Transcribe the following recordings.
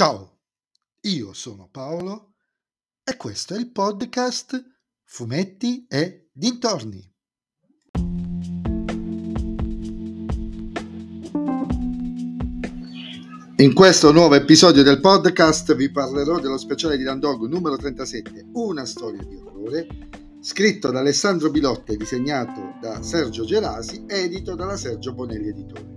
Ciao, io sono Paolo e questo è il podcast Fumetti e Dintorni. In questo nuovo episodio del podcast vi parlerò dello speciale di Dylan numero 37, una storia di orrore, scritto da Alessandro Bilotta e disegnato da Sergio Gerasi, edito dalla Sergio Bonelli Editore.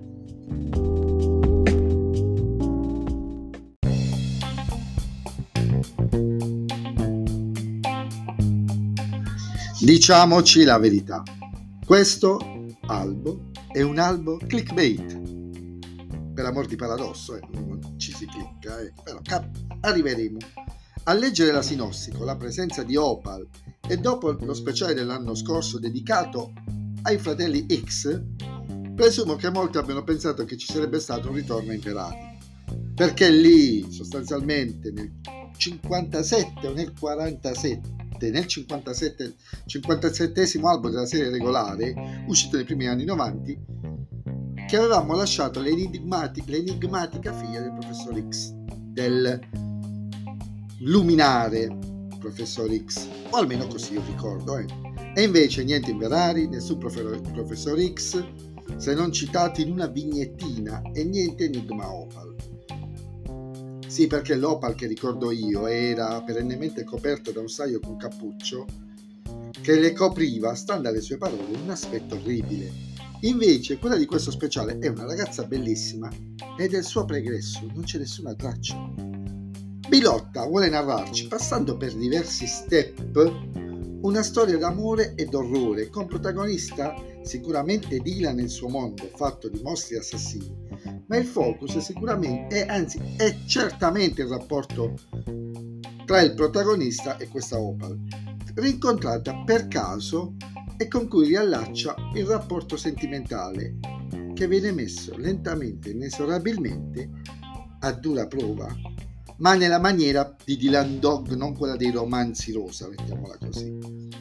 Diciamoci la verità, questo albo è un albo clickbait, per amor di paradosso, non ci si clicca, però arriveremo. A leggere la sinossi con la presenza di Opal e dopo lo speciale dell'anno scorso dedicato ai fratelli X, presumo che molti abbiano pensato che ci sarebbe stato un ritorno ai Ferrari, perché lì sostanzialmente nel 57 o nel 47, nel 57esimo album della serie regolare, uscito nei primi anni 90, che avevamo lasciato l'enigmatica figlia del professor X, del luminare professor X, o almeno così io ricordo. E invece niente Inverari, nessun professor X, se non citato in una vignettina, e niente enigma Opal. Sì, perché l'Opal che ricordo io era perennemente coperta da un saio con cappuccio che le copriva, stando alle sue parole, un aspetto orribile. Invece quella di questo speciale è una ragazza bellissima e del suo pregresso non c'è nessuna traccia. Bilotta vuole narrarci, passando per diversi step, una storia d'amore e d'orrore con protagonista sicuramente Dylan nel suo mondo fatto di mostri assassini, ma il focus è sicuramente, è certamente il rapporto tra il protagonista e questa Opal, rincontrata per caso e con cui riallaccia il rapporto sentimentale che viene messo lentamente e inesorabilmente a dura prova, ma nella maniera di Dylan Dog, non quella dei romanzi rosa, mettiamola così.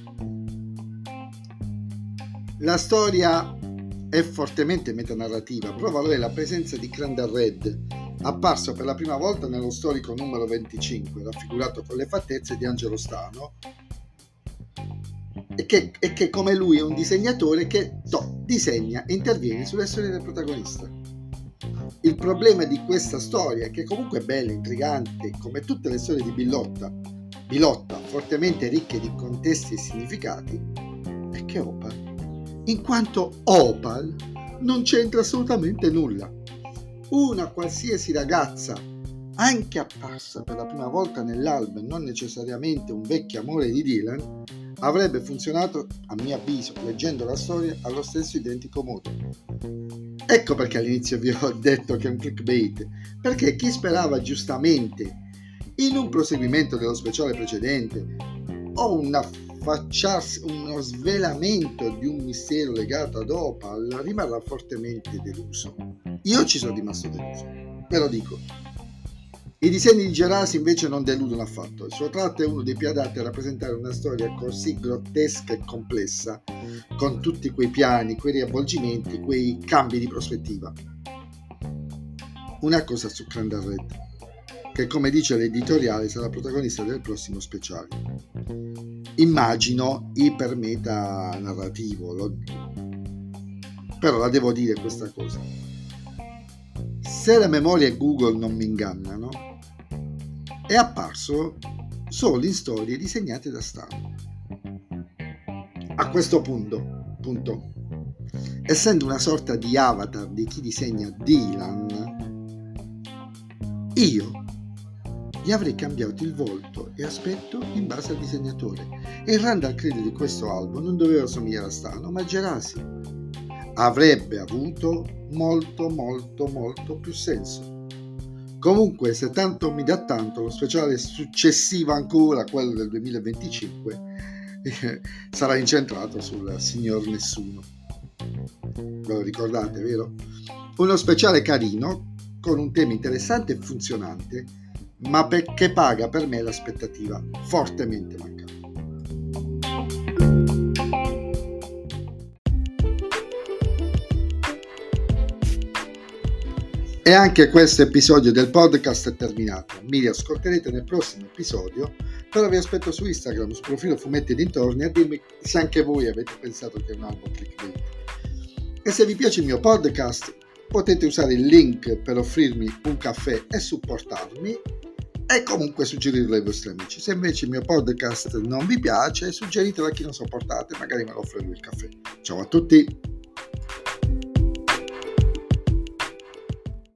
La storia è fortemente metanarrativa, prova lo è la presenza di Crandall Red, apparso per la prima volta nello storico numero 25, raffigurato con le fattezze di Angelo Stano, e che come lui è un disegnatore che disegna e interviene sulle storie del protagonista. Il problema di questa storia, che comunque è bella, intrigante, come tutte le storie di Bilotta, fortemente ricche di contesti e significati, è che Opal, in quanto Opal, non c'entra assolutamente nulla. Una qualsiasi ragazza, anche apparsa per la prima volta nell'album, non necessariamente un vecchio amore di Dylan, avrebbe funzionato, a mio avviso, leggendo la storia allo stesso identico modo. Ecco perché all'inizio vi ho detto che è un clickbait, perché chi sperava giustamente in un proseguimento dello speciale precedente o uno svelamento di un mistero legato ad Opal rimarrà fortemente deluso. Io ci sono rimasto deluso, ve lo dico. I disegni di Gerasi invece non deludono affatto. Il suo tratto è uno dei più adatti a rappresentare una storia così grottesca e complessa, con tutti quei piani, quei riavvolgimenti, quei cambi di prospettiva. Una cosa su Crandall Red, che come dice l'editoriale sarà protagonista del prossimo speciale. Immagino ipermeta narrativo, però la devo dire questa cosa. Se la memoria e Google non mi ingannano, è apparso solo in storie disegnate da Stano. A questo punto, essendo una sorta di avatar di chi disegna Dylan, io gli avrei cambiato il volto e aspetto in base al disegnatore, e il Randall credo di questo album non doveva somigliare a Stano ma a Gerasi. Avrebbe avuto molto più senso. Comunque, se tanto mi dà tanto, lo speciale successivo ancora, quello del 2025, sarà incentrato sul signor Nessuno. Ve lo ricordate, vero? Uno speciale carino, con un tema interessante e funzionante, ma che paga per me l'aspettativa fortemente mancata. E anche questo episodio del podcast è terminato. Mi riascolterete nel prossimo episodio, però vi aspetto su Instagram, sul profilo Fumetti Dintorni, a dirmi se anche voi avete pensato che è un album clickbait. E se vi piace il mio podcast, potete usare il link per offrirmi un caffè e supportarmi, e comunque suggerirlo ai vostri amici. Se invece il mio podcast non vi piace, suggeritelo a chi non sopportate, magari me lo offre lui il caffè. Ciao a tutti!